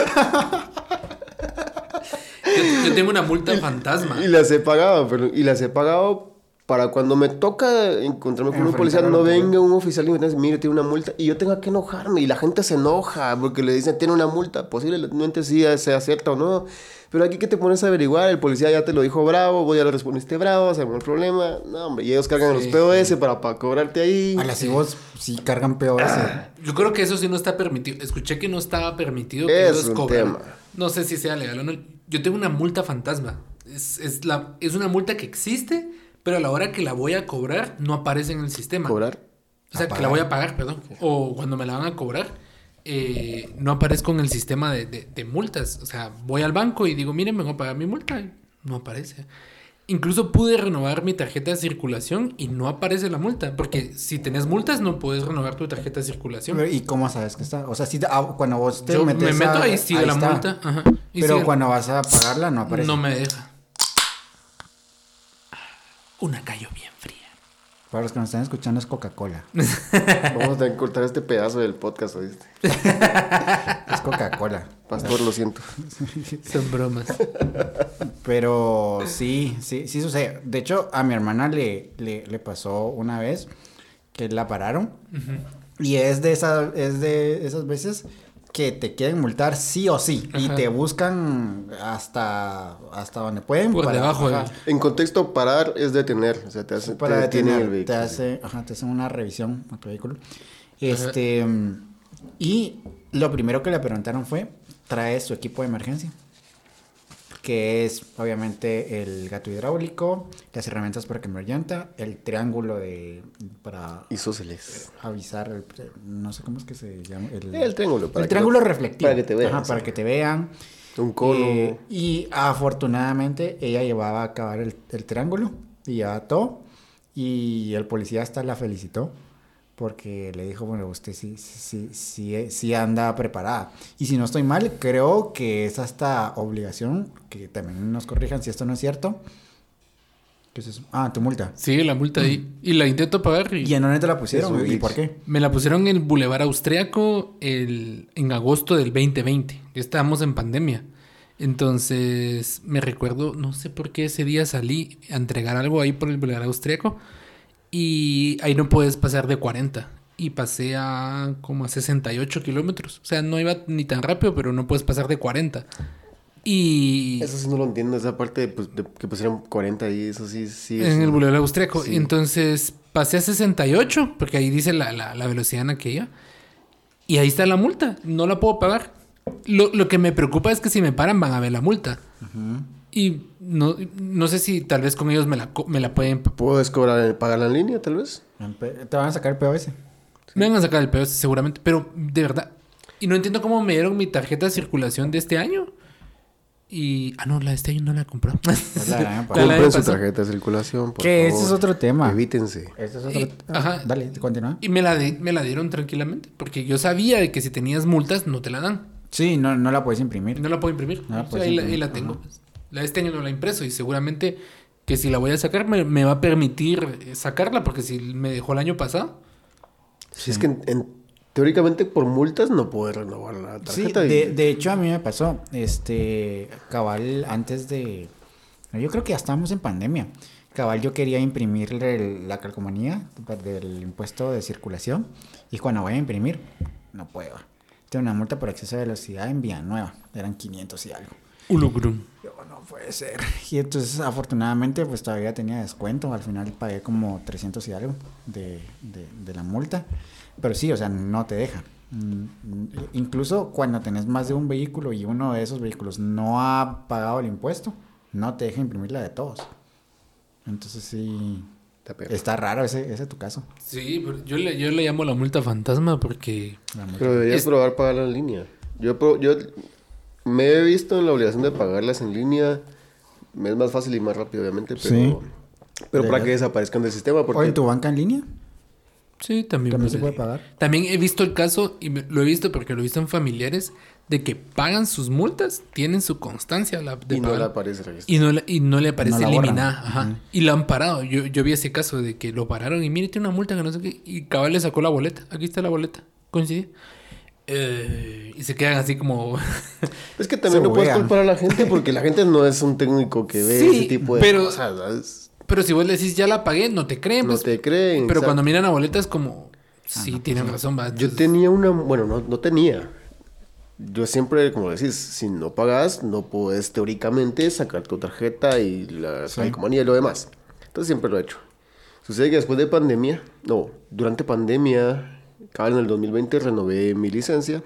Yo tengo una multa fantasma. Y las he pagado para cuando me toca encontrarme con un Enfrentar policía, a la no autoridad. venga un oficial y me dice, mire, tiene una multa, y yo tenga que enojarme, y la gente se enoja porque le dicen, tiene una multa, posiblemente sí sea cierta o no, pero aquí que te pones a averiguar, el policía ya te lo dijo bravo, vos ya lo respondiste bravo, se armó el problema, no hombre, y ellos cargan Sí. los POS para cobrarte ahí. A las vos sí cargan peor Yo creo que eso sí no está permitido. Escuché que no estaba permitido que Es ellos un cobraran. tema. No sé si sea legal o no. Yo tengo una multa fantasma. Es una multa que existe, pero a la hora que la voy a cobrar no aparece en el sistema. ¿Cobrar? O sea, que la voy a pagar, perdón. O cuando me la van a cobrar, no aparezco en el sistema de multas. O sea, voy al banco y digo, miren, me voy a pagar mi multa. Y no aparece. Incluso pude renovar mi tarjeta de circulación y no aparece la multa. Porque si tenés multas, no puedes renovar tu tarjeta de circulación. ¿Y cómo sabes que está? O sea, si cuando vos te Yo metes me meto ahí, sigue la está. multa. Ajá, y Pero sigue- cuando vas a pagarla no aparece. no me deja. Una cayó bien fría. Para los que nos están escuchando es Coca-Cola. Vamos a tener que cortar este pedazo del podcast, ¿oíste? Es Coca-Cola. Pastor, lo siento. Son bromas. Pero sí sucede. De hecho, a mi hermana le pasó una vez que la pararon. Y es de esas veces que te quieren multar sí o sí. Y Ajá. te buscan hasta donde pueden. Por debajo, ajá, En contexto, parar es detener. O sea, te para detienen el detener. vehículo. Te hacen una revisión a tu vehículo. Y lo primero que le preguntaron fue, trae su equipo de emergencia. Que es, obviamente, el gato hidráulico, las herramientas para cambiar llanta, el triángulo para Isósceles. avisar, no sé cómo es que se llama. El triángulo. El triángulo reflectivo. Para que te vean. Ajá, para que te vean. Un cono. Y afortunadamente ella llevaba a acabar el triángulo y llevaba todo. Y el policía hasta la felicitó porque le dijo, bueno, usted sí anda preparada. Y si no estoy mal, creo que es hasta obligación, que también nos corrijan si esto no es cierto. ¿Qué es eso? Ah, tu multa. Sigue la multa ahí. Y la intento pagar. ¿Y en dónde te la pusieron? Es un ¿Y glitch. por qué? Me la pusieron en el Boulevard Austriaco en agosto del 2020. Estábamos en pandemia. Entonces, me recuerdo, no sé por qué ese día salí a entregar algo ahí por el Boulevard Austriaco. Y ahí no puedes pasar de 40. Y pasé como a 68 kilómetros. O sea, no iba ni tan rápido, pero no puedes pasar de 40. Y Eso sí no lo entiendo. Esa parte de que pusieron 40 y eso sí. en el Boulevard Austriaco. Sí. Entonces pasé a 68, porque ahí dice la velocidad en aquella. Y ahí está la multa. No la puedo pagar. Lo que me preocupa es que si me paran van a ver la multa. Y no sé si tal vez con ellos me la pueden... ¿Puedes pagarla en línea, tal vez? Te van a sacar el POS. Me van a sacar el POS seguramente. Pero de verdad. Y no entiendo cómo me dieron mi tarjeta de circulación de este año. Y... no, la de este año no la compró. Es la del año pasado. La del año Compren su pasado. tarjeta de circulación, por Que favor. ese es otro tema. Evítense. Ese es otro... Ajá. Dale, continúa. Y me la dieron tranquilamente. Porque yo sabía de que si tenías multas no te la dan. Sí, no la puedes imprimir. No la puedo imprimir. No la O sea, puedes ahí imprimir. la tengo. Pues. La de este año no la he impreso y seguramente que si la voy a sacar me va a permitir sacarla porque si me dejó el año pasado. Si es que teóricamente por multas no puedes renovar la Sí, tarjeta. de hecho a mí me pasó, cabal, antes de... Yo creo que ya estábamos en pandemia. Cabal, yo quería imprimir la calcomanía del impuesto de circulación y cuando voy a imprimir, no puedo. Tengo una multa por exceso de velocidad en Villanueva, eran 500 y algo. Ulugrum. Yo, no puede ser. Y entonces, afortunadamente, pues todavía tenía descuento. Al final pagué como 300 y algo de la multa. Pero sí, o sea, no te deja. Incluso cuando tenés más de un vehículo y uno de esos vehículos no ha pagado el impuesto, no te deja imprimir la de todos. Entonces sí, está raro ese tu caso. Sí, pero yo le llamo la multa fantasma porque... Pero deberías probar pagarla en línea. Yo me he visto en la obligación de pagarlas en línea. Me es más fácil y más rápido, obviamente, pero... Sí. Pero para que desaparezcan del sistema, ¿O porque... en tu banca en línea? Sí, también Se puede pagar. También he visto el caso, y lo he visto porque lo he visto en familiares, de que pagan sus multas, tienen su constancia de Y no pagar. le aparece registrado. Y no le aparece No la borran. eliminada. Ajá. Y la han parado. Yo vi ese caso de que lo pararon y mire, tiene una multa que no sé qué. Y cabal le sacó la boleta. Aquí está la boleta. Coincide. Y se quedan así como... Es que también Se no puedes buguean. culpar a la gente porque la gente no es un técnico que ve Sí, ese tipo de pero- cosas, ¿sabes? Pero si vos le decís, ya la pagué, no te creen. No Pues. te creen. Pero exacto. cuando miran la boleta es como... Sí, no, tienen razón. Va. Yo Entonces, tenía una... Bueno, no tenía. Yo siempre, como decís, si no pagas, no puedes teóricamente sacar tu tarjeta y la calcomanía y lo demás. Entonces siempre lo he hecho. Sucede que después de pandemia... No, durante pandemia, cabal en el 2020 renové mi licencia.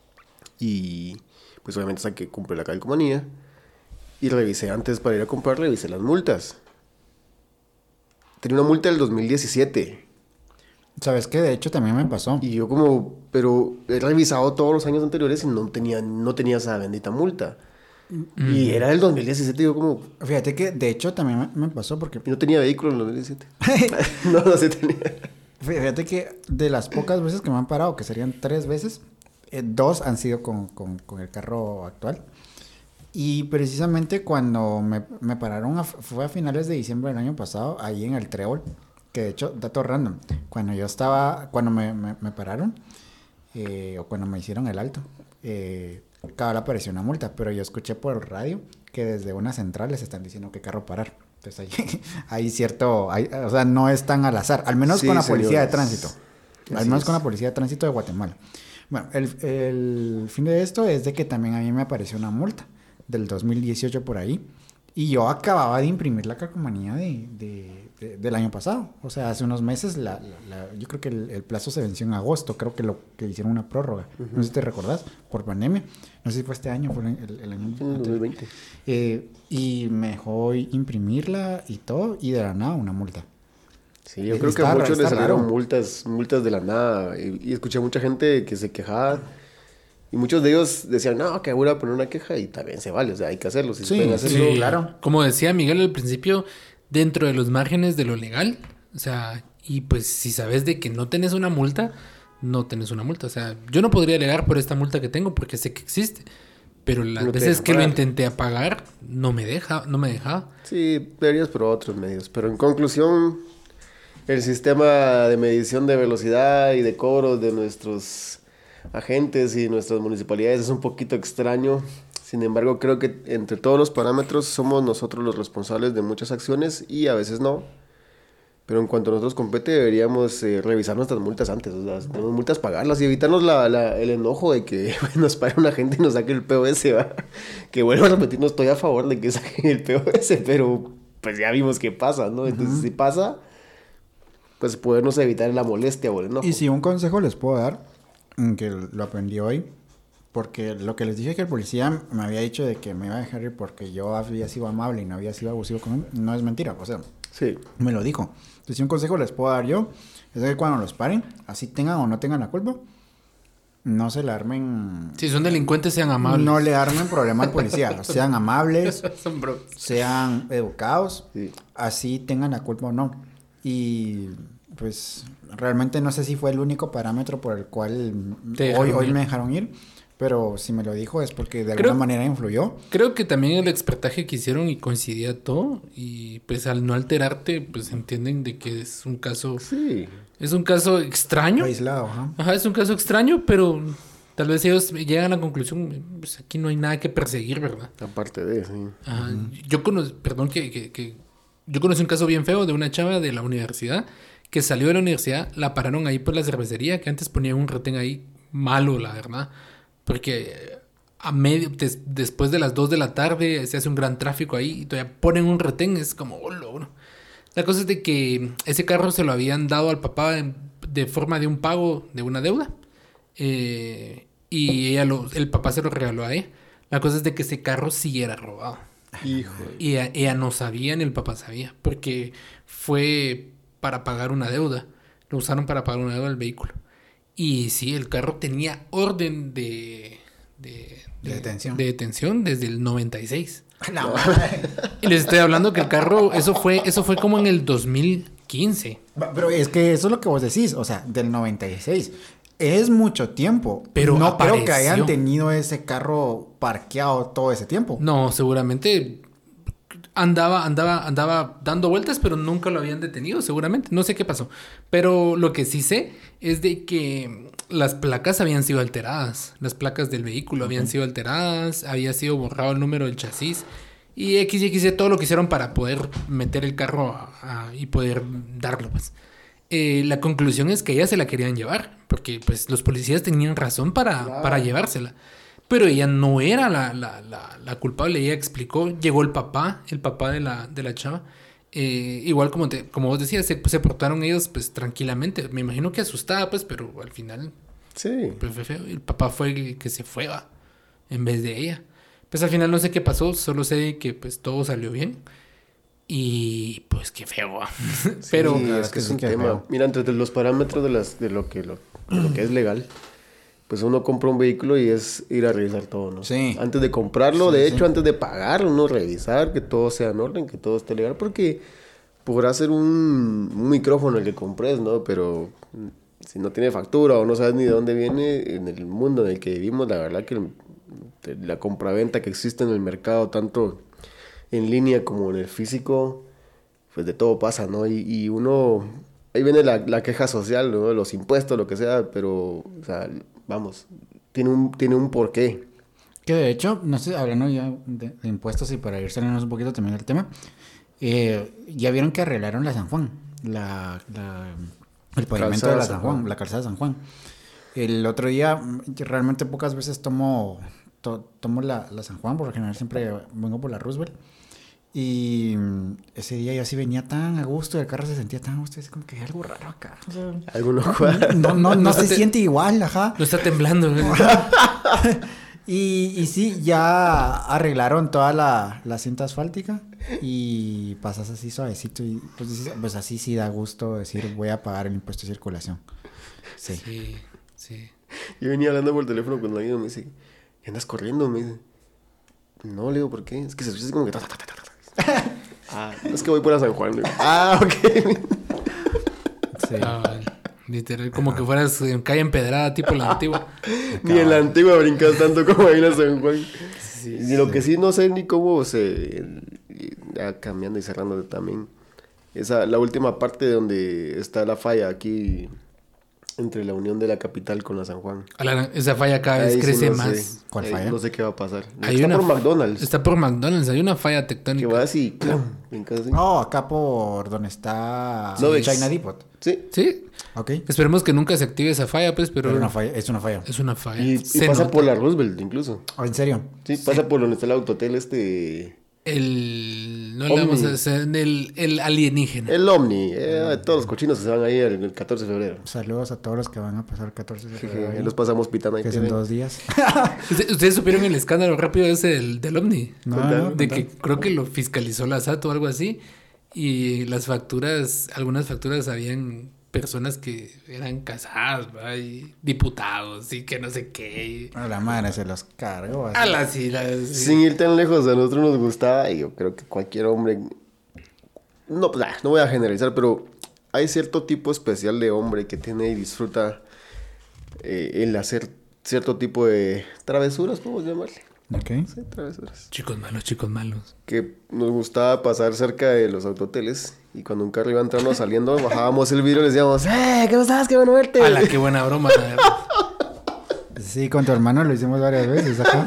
Y pues obviamente saqué, compré la calcomanía. Y revisé antes para ir a comprar, revisé las multas. Tenía una multa del 2017. ¿Sabes qué? De hecho, también me pasó. Y yo como, pero he revisado todos los años anteriores y no tenía esa bendita multa. Y era el 2017 y yo como, Fíjate que, de hecho, también me pasó porque... y no tenía vehículo en el 2017. No se tenía. Fíjate que de las pocas veces que me han parado, que serían 3 veces, 2 han sido con el carro actual. Y precisamente cuando me pararon, fue a finales de diciembre del año pasado, ahí en el Trébol, que de hecho, dato random, cuando me pararon, o cuando me hicieron el alto, cada vez apareció una multa, pero yo escuché por radio que desde una central les están diciendo qué carro parar. Entonces hay cierto, o sea, no es tan al azar, al menos Sí, con la policía de señores. tránsito. Al Así menos es. con la policía de tránsito de Guatemala. Bueno, el fin de esto es de que también a mí me apareció una multa del 2018 por ahí. Y yo acababa de imprimir la calcomanía del año pasado. O sea, hace unos meses, yo creo que el plazo se venció en agosto. Creo que hicieron una prórroga. No sé si te recordás, por pandemia. No sé si fue este año, fue el año En el 2020. y me dejó imprimirla y todo. Y de la nada, una multa. Sí, yo creo que a Está muchos les salieron raro. multas de la nada. Y escuché a mucha gente que se quejaba. Y muchos de ellos decían, no, que voy a poner una queja y también se vale. O sea, hay que hacerlo. Si Sí, pueden hacerlo. sí. claro. Como decía Miguel al principio, dentro de los márgenes de lo legal, o sea, y pues si sabes de que no tenés una multa, no tenés una multa. O sea, yo no podría alegar por esta multa que tengo porque sé que existe. Pero las No te veces deja que lo pagar. intenté pagar, no me dejaba. Sí, deberías probar otros medios. Pero en conclusión, el sistema de medición de velocidad y de cobros de nuestros agentes y nuestras municipalidades es un poquito extraño. Sin embargo, creo que entre todos los parámetros somos nosotros los responsables de muchas acciones y a veces no. Pero en cuanto a nosotros compete, deberíamos revisar nuestras multas antes. O sea, si tenemos multas, pagarlas y evitarnos el enojo de que nos pare una gente y nos saque el POS, ¿va? Que vuelvo a repetir, no estoy a favor de que saquen el POS, pero pues ya vimos que pasa, ¿no? Entonces, si pasa, pues podernos evitar la molestia o el enojo. Y si un consejo les puedo dar, que lo aprendí hoy, porque lo que les dije que el policía me había dicho de que me iba a dejar ir porque yo había sido amable y no había sido abusivo con él, no es mentira, o sea, Sí. me lo dijo. Entonces, si un consejo les puedo dar yo, es de que cuando los paren, así tengan o no tengan la culpa, no se le armen... Si son delincuentes, sean amables. No le armen problema al policía, sean amables, Son bros. sean educados, Sí. así tengan la culpa o no. Y pues realmente no sé si fue el único parámetro por el cual Te dejaron hoy ir. me dejaron ir, pero si me lo dijo es porque de Creo- alguna manera influyó. Creo que también el expertaje que hicieron y coincidía todo. Y pues al no alterarte, pues entienden de que es un caso... Sí. Es un caso extraño. Aislado, ajá. Ajá, es un caso extraño, pero tal vez ellos llegan a la conclusión, pues aquí no hay nada que perseguir, ¿verdad? Aparte de, sí. Ajá. Yo conocí, perdón que yo conocí un caso bien feo de una chava de la universidad que salió de la universidad, la pararon ahí por la cervecería, que antes ponían un retén ahí malo, la verdad, porque después de las 2 de la tarde se hace un gran tráfico ahí y todavía ponen un retén, es como, oh, bueno. La cosa es de que ese carro se lo habían dado al papá de forma de un pago de una deuda. Y el papá se lo regaló a ella. La cosa es de que ese carro sí era robado. Hijo. Y ella no sabía ni el papá sabía. Porque fue para pagar una deuda. Lo usaron para pagar una deuda del vehículo. Y sí, el carro tenía orden de detención. de detención desde el 96. No. Y les estoy hablando que el carro, eso fue como en el 2015. Pero es que eso es lo que vos decís, o sea, del 96. Es mucho tiempo, Pero no creo que apareció. hayan tenido ese carro parqueado todo ese tiempo. No, seguramente andaba dando vueltas, pero nunca lo habían detenido, seguramente. No sé qué pasó. Pero lo que sí sé es de que las placas habían sido alteradas. Las placas del vehículo habían sido alteradas, había sido borrado el número del chasis. Y X y X, todo lo que hicieron para poder meter el carro y poder darlo, pues. La conclusión es que ella se la querían llevar, porque pues los policías tenían razón para llevársela. Pero ella no era la culpable, ella explicó, llegó el papá de la chava. Igual como vos decías, se portaron ellos pues tranquilamente. Me imagino que asustada pues, pero al final Sí. pues, fue feo. El papá fue el que se fue, va, en vez de ella. Pues al final no sé qué pasó, solo sé que pues todo salió bien. Y pues qué feo. Pero Sí, es que es un tema. Mira, entre los parámetros de lo que es legal, pues uno compra un vehículo y es ir a revisar todo, ¿no? Sí. Antes de comprarlo, Sí, de sí. hecho, antes de pagarlo, uno revisar que todo sea en orden, que todo esté legal, porque podrá ser un micrófono el que compres, ¿no? Pero si no tiene factura o no sabes ni de dónde viene, en el mundo en el que vivimos, la verdad que la compraventa que existe en el mercado, tanto en línea como en el físico, pues de todo pasa, ¿no? Y uno, ahí viene la queja social, ¿no? Los impuestos, lo que sea, pero, o sea, vamos, tiene un porqué. Que de hecho, no sé, hablando ya de impuestos y para ir saliendo un poquito también del tema, ya vieron que arreglaron la San Juan, el pavimento de la San Juan, la calzada de San Juan. El otro día, realmente pocas veces tomo la San Juan, por lo general siempre vengo por la Roosevelt. Y ese día yo sí venía tan a gusto y el carro se sentía tan a gusto, es como que hay algo raro acá. O sea, Algunos cuadros. no se siente igual, ajá. no está temblando. Y sí, ya arreglaron toda la cinta asfáltica y pasas así suavecito y pues así sí da gusto decir voy a pagar el impuesto de circulación. Sí. Sí, sí. Yo venía hablando por teléfono con un amigo, me dice, ¿qué andas corriendo? Me dice, no, le digo, ¿por qué? Es que se escucha así como que... Ah, es que voy por la San Juan. Le digo, ah, ok. Sí. Literal, como que fueras en calle empedrada, tipo la antigua. Ni en la antigua brincas tanto como ahí en la San Juan. Sí, Y lo que sí no sé ni cómo ya cambiando y cerrando también. La última parte donde está la falla aquí entre la unión de la capital con la San Juan. Esa falla cada vez Ahí sí crece no más. sé. ¿Cuál Ahí falla? no sé qué va a pasar. Hay Está una por McDonald's. Está por McDonald's, hay una falla Que tectónica. va así, ¡clam! Brincas así. No, acá por donde está No ves. China Depot. Sí. Sí, Ok. esperemos que nunca se active esa falla, pues, pero Pero es una falla. es una falla. Y Se pasa nota. por la Roosevelt incluso. Oh, ¿en serio? Sí, pasa por donde está el autohotel No le vamos a hacer el alienígena. el Omni. Todos los cochinos se van ahí el 14 de febrero. Saludos a todos los que van a pasar el 14 de febrero. Y los pasamos pitando ahí. Que es en 2 días. ¿Ustedes supieron el escándalo rápido ese del OVNI? No, De que creo que lo fiscalizó la SAT o algo así. Y las facturas, algunas facturas habían personas que eran casadas, ¿va? Y diputados y que no sé qué. A la madre se los cargó. así. A las islas. Sin ir tan lejos, a nosotros nos gustaba, y yo creo que cualquier hombre, no, pues, no voy a generalizar, pero hay cierto tipo especial de hombre que tiene y disfruta el hacer cierto tipo de travesuras, podemos llamarle. Ok. Sí, travesuras. Chicos malos. Que nos gustaba pasar cerca de los autoteles y cuando un carro iba entrando o saliendo, bajábamos el vidrio y les decíamos, ¿qué estás? ¡Qué bueno verte! ¡Hala, qué buena broma! La verdad. Sí, con tu hermano lo hicimos varias veces acá.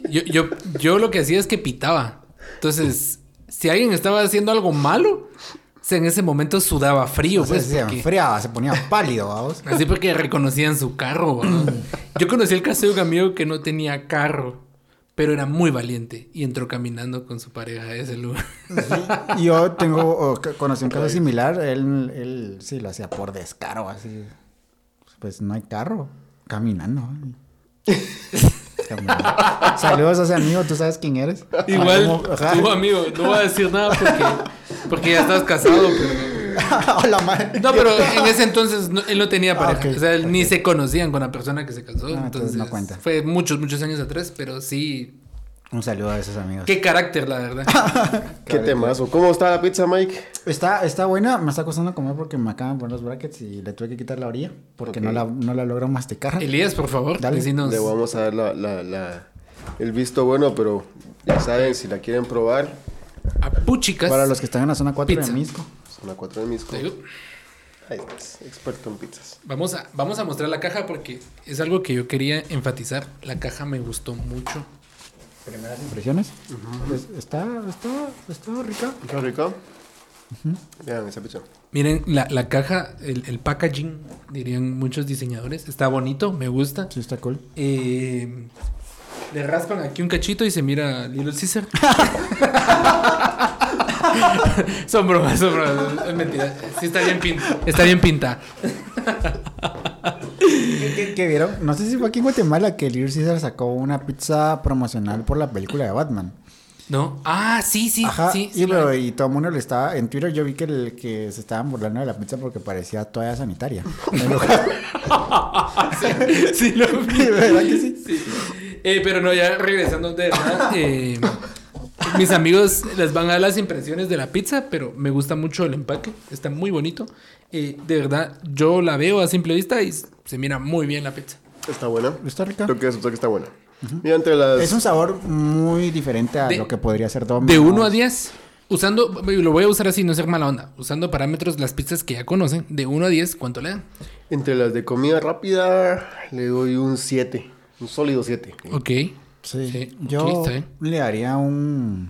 Yo lo que hacía es que pitaba. Entonces, si alguien estaba haciendo algo malo, en ese momento sudaba frío. O sea, Pues, se porque- enfriaba, se ponía pálido, vamos. así porque reconocían su carro. ¿no? Yo conocí el caso de un amigo que no tenía carro, pero era muy valiente y entró caminando con su pareja a ese lugar. Sí, yo conocí un caso similar. Él sí lo hacía por descaro, así. Pues no hay carro. Caminando. Caminando. Saludos a ese amigo, ¿tú sabes quién eres? Igual, Ajá. tu amigo, no voy a decir nada porque ya estás casado, pero... Hola, madre. No, pero en ese entonces él no tenía pareja. ok, O sea, él ni se conocían con la persona que se casó. entonces entonces no cuenta. Fue muchos años atrás, pero sí. Un saludo a esos amigos. Qué carácter, la verdad. ¡Qué temazo! ¿Cómo está la pizza, Mike? Está buena, me está costando comer porque me acaban de poner los brackets y le tuve que quitar la orilla porque Ok. no la logro masticar. Elías, por favor, Dale. decinos. Le vamos a dar el visto bueno, pero ya saben, si la quieren probar, A puchicas. Para los que están en la zona 4 Pizza. de Misco. zona 4 de Misco. Te digo, Ahí estás, experto en pizzas. Vamos a mostrar la caja porque es algo que yo quería enfatizar. La caja me gustó mucho. Primeras impresiones. Pues está rica. ¿Está rico? Vean esa pizza. Miren, la caja, el packaging, dirían muchos diseñadores. Está bonito, me gusta. Sí, está cool. Le raspan aquí un cachito y se mira Little Caesar. Son bromas. Es mentira. Sí está bien pinta. ¿Qué vieron? No sé si fue aquí en Guatemala que Little Caesar sacó una pizza promocional por la película de Batman. ¿No? Ah, sí, sí, Ajá, sí. y, pero, y todo el mundo le estaba... En Twitter yo vi que se estaban burlando de la pizza porque parecía toalla sanitaria. Sí, lo vi. ¿Verdad que sí? Sí. Pero no, ya regresando de verdad. Mis amigos les van a dar las impresiones de la pizza, pero me gusta mucho el empaque. Está muy bonito. De verdad, yo la veo a simple vista y se mira muy bien la pizza. Está buena. Está rica. Creo que está buena. Mira, entre las... Es un sabor muy diferente a lo que podría ser Domino's. De 1 a 10, usando, lo voy a usar así, no ser mala onda, usando parámetros las pizzas que ya conocen, de 1 a 10, ¿cuánto le dan? Entre las de comida rápida, le doy un 7. Un sólido 7. Ok. Sí, Sí, yo ok, está bien. le daría un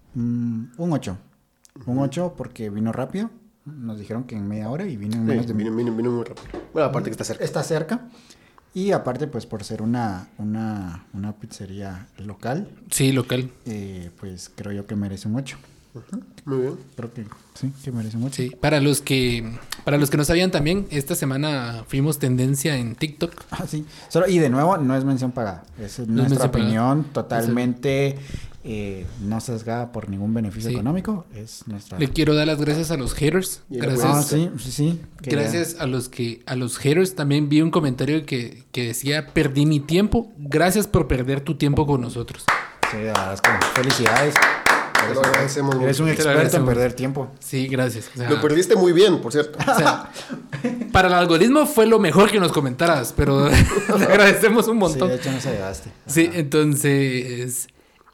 8. Un 8 porque vino rápido. Nos dijeron que en media hora y vino en menos de... Vino muy rápido. Bueno, aparte que está cerca. Está cerca. Y aparte, pues, por ser una pizzería local, Sí, local. pues, creo yo que merece un 8. Muy bien. Creo que sí, que merece un 8. Sí, para los que no sabían también, esta semana fuimos tendencia en TikTok. Ah, sí. Y de nuevo, no es mención pagada. Es nuestra mención pagada. opinión totalmente no sesgada por ningún beneficio Sí. económico. Es nuestra... Le quiero dar las gracias a los haters. Y Gracias. Ah, sí. Gracias a los haters. También vi un comentario que decía, perdí mi tiempo. Gracias por perder tu tiempo con nosotros. Sí, la verdad es que felicidades. Te lo agradecemos Eres mucho. un Te lo experto en agradecemos. perder tiempo. Sí, gracias. O sea, Lo perdiste muy bien, por cierto. o sea, para el algoritmo fue lo mejor que nos comentaras, pero te agradecemos un Sí, montón. de hecho nos ayudaste. Sí, Ajá. entonces,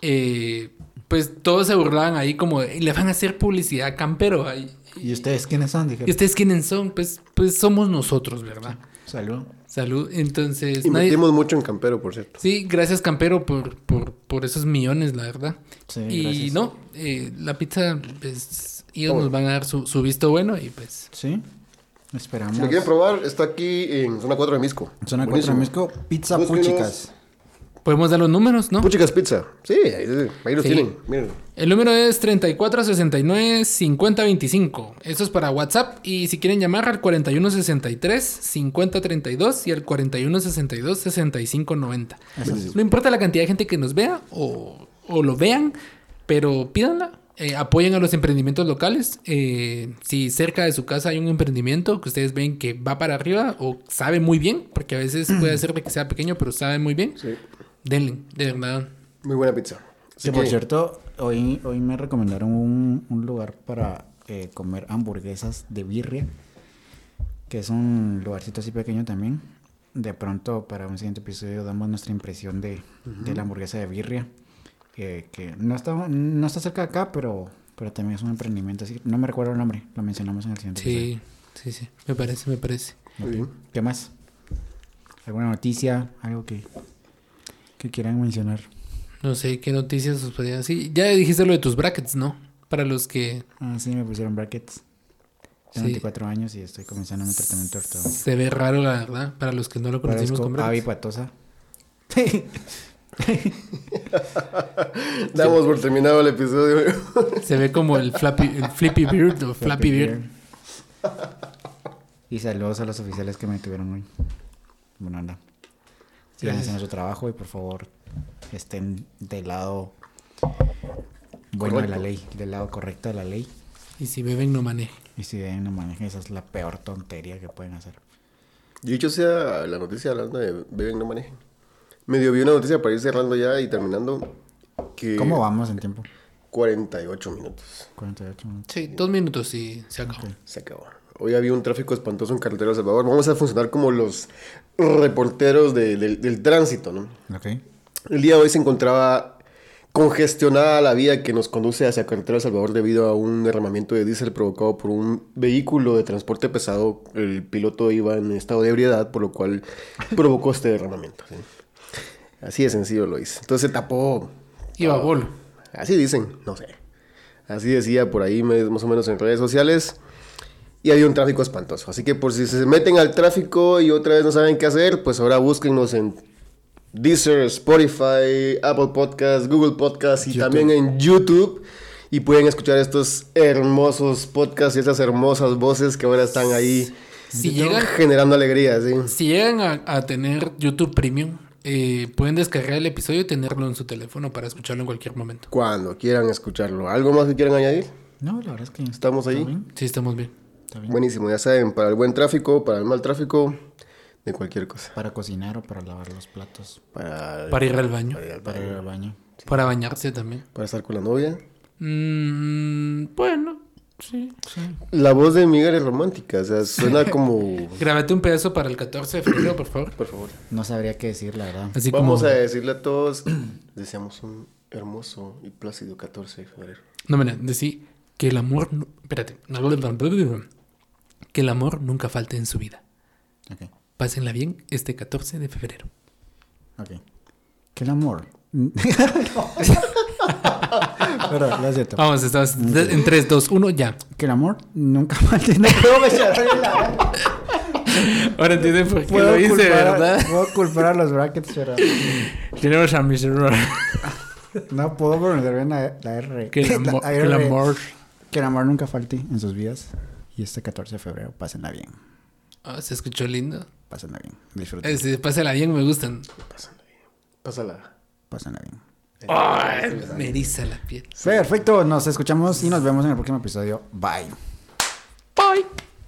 pues todos se burlaban ahí como, le van a hacer publicidad a Campero. Ahí. ¿Y ustedes quiénes son? Dije. ¿Y ustedes quiénes son? Pues somos nosotros, ¿verdad? Salud. Salud. Entonces, Invertimos mucho en Campero, por cierto. sí, gracias Campero por esos millones, la verdad. Sí, Y gracias. no, la pizza, pues, ellos Oh. nos van a dar su visto bueno y pues... Sí. Esperamos. Si lo quieren probar, está aquí en Zona 4 de Misco. Zona 4 de Misco, pizza Búsquenos. Puchicas. Podemos dar los números, ¿no? Puchicas Pizza. Sí, ahí los Sí. tienen. Miren. El número es 3469-5025. Eso es para WhatsApp. Y si quieren llamar al 4163-5032 y al 4162-6590. No importa la cantidad de gente que nos vea o lo vean, pero pídanla. Apoyen a los emprendimientos locales. Si cerca de su casa hay un emprendimiento que ustedes ven que va para arriba o sabe muy bien, porque a veces puede ser de que sea pequeño, pero sabe muy bien, Sí. denle, de verdad. Muy buena pizza. Así Que por que, cierto, hoy me recomendaron un lugar para comer hamburguesas de birria, que es un lugarcito así pequeño también. De pronto, para un siguiente episodio, damos nuestra impresión de la hamburguesa de birria, que no está cerca de acá, pero también es un emprendimiento así. No me recuerdo el nombre, lo mencionamos en el siguiente episodio. Sí, me parece. muy bien. ¿Qué más? ¿Alguna noticia? ¿Algo que quieran mencionar? No sé qué noticias os podían decir. Ya dijiste lo de tus brackets, ¿no? Para los que Ah, sí, me pusieron brackets. Tengo Sí. 24 años y estoy comenzando mi tratamiento ortodóntico. se ve raro, la verdad. Para los que no lo conocimos con Parezco Avi brackets. Patosa. Damos por terminado el episodio. Se ve como el Flippy Beard o Flappy Beard. Y saludos a los oficiales que me tuvieron hoy. Bueno, anda. Sigan Gracias. haciendo su trabajo y por favor estén del lado bueno de la Correcto. ley, del lado correcto de la ley. Y si beben, no manejen. Y si deben no manejen, esa es la peor tontería que pueden hacer. Dicho sea la noticia hablando de beben no manejen. Medio vi una noticia para ir cerrando ya y terminando. Que ¿Cómo vamos en tiempo? 48 minutos. 48 minutos. Sí, 2 minutos y se acabó. Ok. Se acabó. Hoy había un tráfico espantoso en carretera de El Salvador. Vamos a funcionar como los reporteros del tránsito, ¿no? Ok. El día de hoy se encontraba congestionada la vía que nos conduce hacia carretera de El Salvador debido a un derramamiento de diésel provocado por un vehículo de transporte pesado. El piloto iba en estado de ebriedad, por lo cual provocó este derramamiento. ¿Sí? Así de sencillo lo hice. Entonces se tapó. Iba a bolo. Así dicen, no sé. Así decía por ahí más o menos en redes sociales. Y había un tráfico espantoso. Así que por si se meten al tráfico y otra vez no saben qué hacer, pues ahora búsquennos en Deezer, Spotify, Apple Podcasts, Google Podcasts y YouTube. también en YouTube. Y pueden escuchar estos hermosos podcasts y esas hermosas voces que ahora están ahí Si llegan, generando alegría, ¿sí? si llegan a tener YouTube Premium, pueden descargar el episodio y tenerlo en su teléfono para escucharlo en cualquier momento. Cuando quieran escucharlo. ¿Algo más que quieran añadir? No, la verdad es que... ¿Estamos ahí? ¿Está bien? Sí, estamos bien. Está bien. Buenísimo, ya saben, para el buen tráfico, para el mal tráfico, de cualquier cosa. Para cocinar o para lavar los platos. Para ir al baño. Para ir al baño. Para bañarse también. Para estar con la novia. Bueno, sí. La voz de Miguel es romántica, o sea, suena como... Grábate un pedazo para el 14 de febrero, por favor. Por favor. No sabría qué decir, la verdad. Así Vamos como... a decirle a todos, deseamos un hermoso y plácido 14 de febrero. No, mira, decí que el amor... Espérate. Que el amor nunca falte en su vida. Ok. Pásenla bien este 14 de febrero. Ok. Que el amor... Pero, lo siento. Vamos, estamos en 3, 2, 1, ya. Que el amor nunca falte. No puedo Ahora entienden por qué lo hice, ¿verdad? Puedo culpar a los brackets, pero... Tenemos a mis errores. No puedo pronunciar bien la R. Que el La R. amor... Que el amor nunca falte en sus vidas. Y este 14 de febrero, pásenla bien. Ah, se escuchó lindo. Pásenla bien. Disfruten. Sí, pásala bien, me gustan. Pásala bien. Pásala. Pásenla bien. Ay, me eriza la piel. Perfecto. Nos escuchamos y nos vemos en el próximo episodio. Bye. Bye.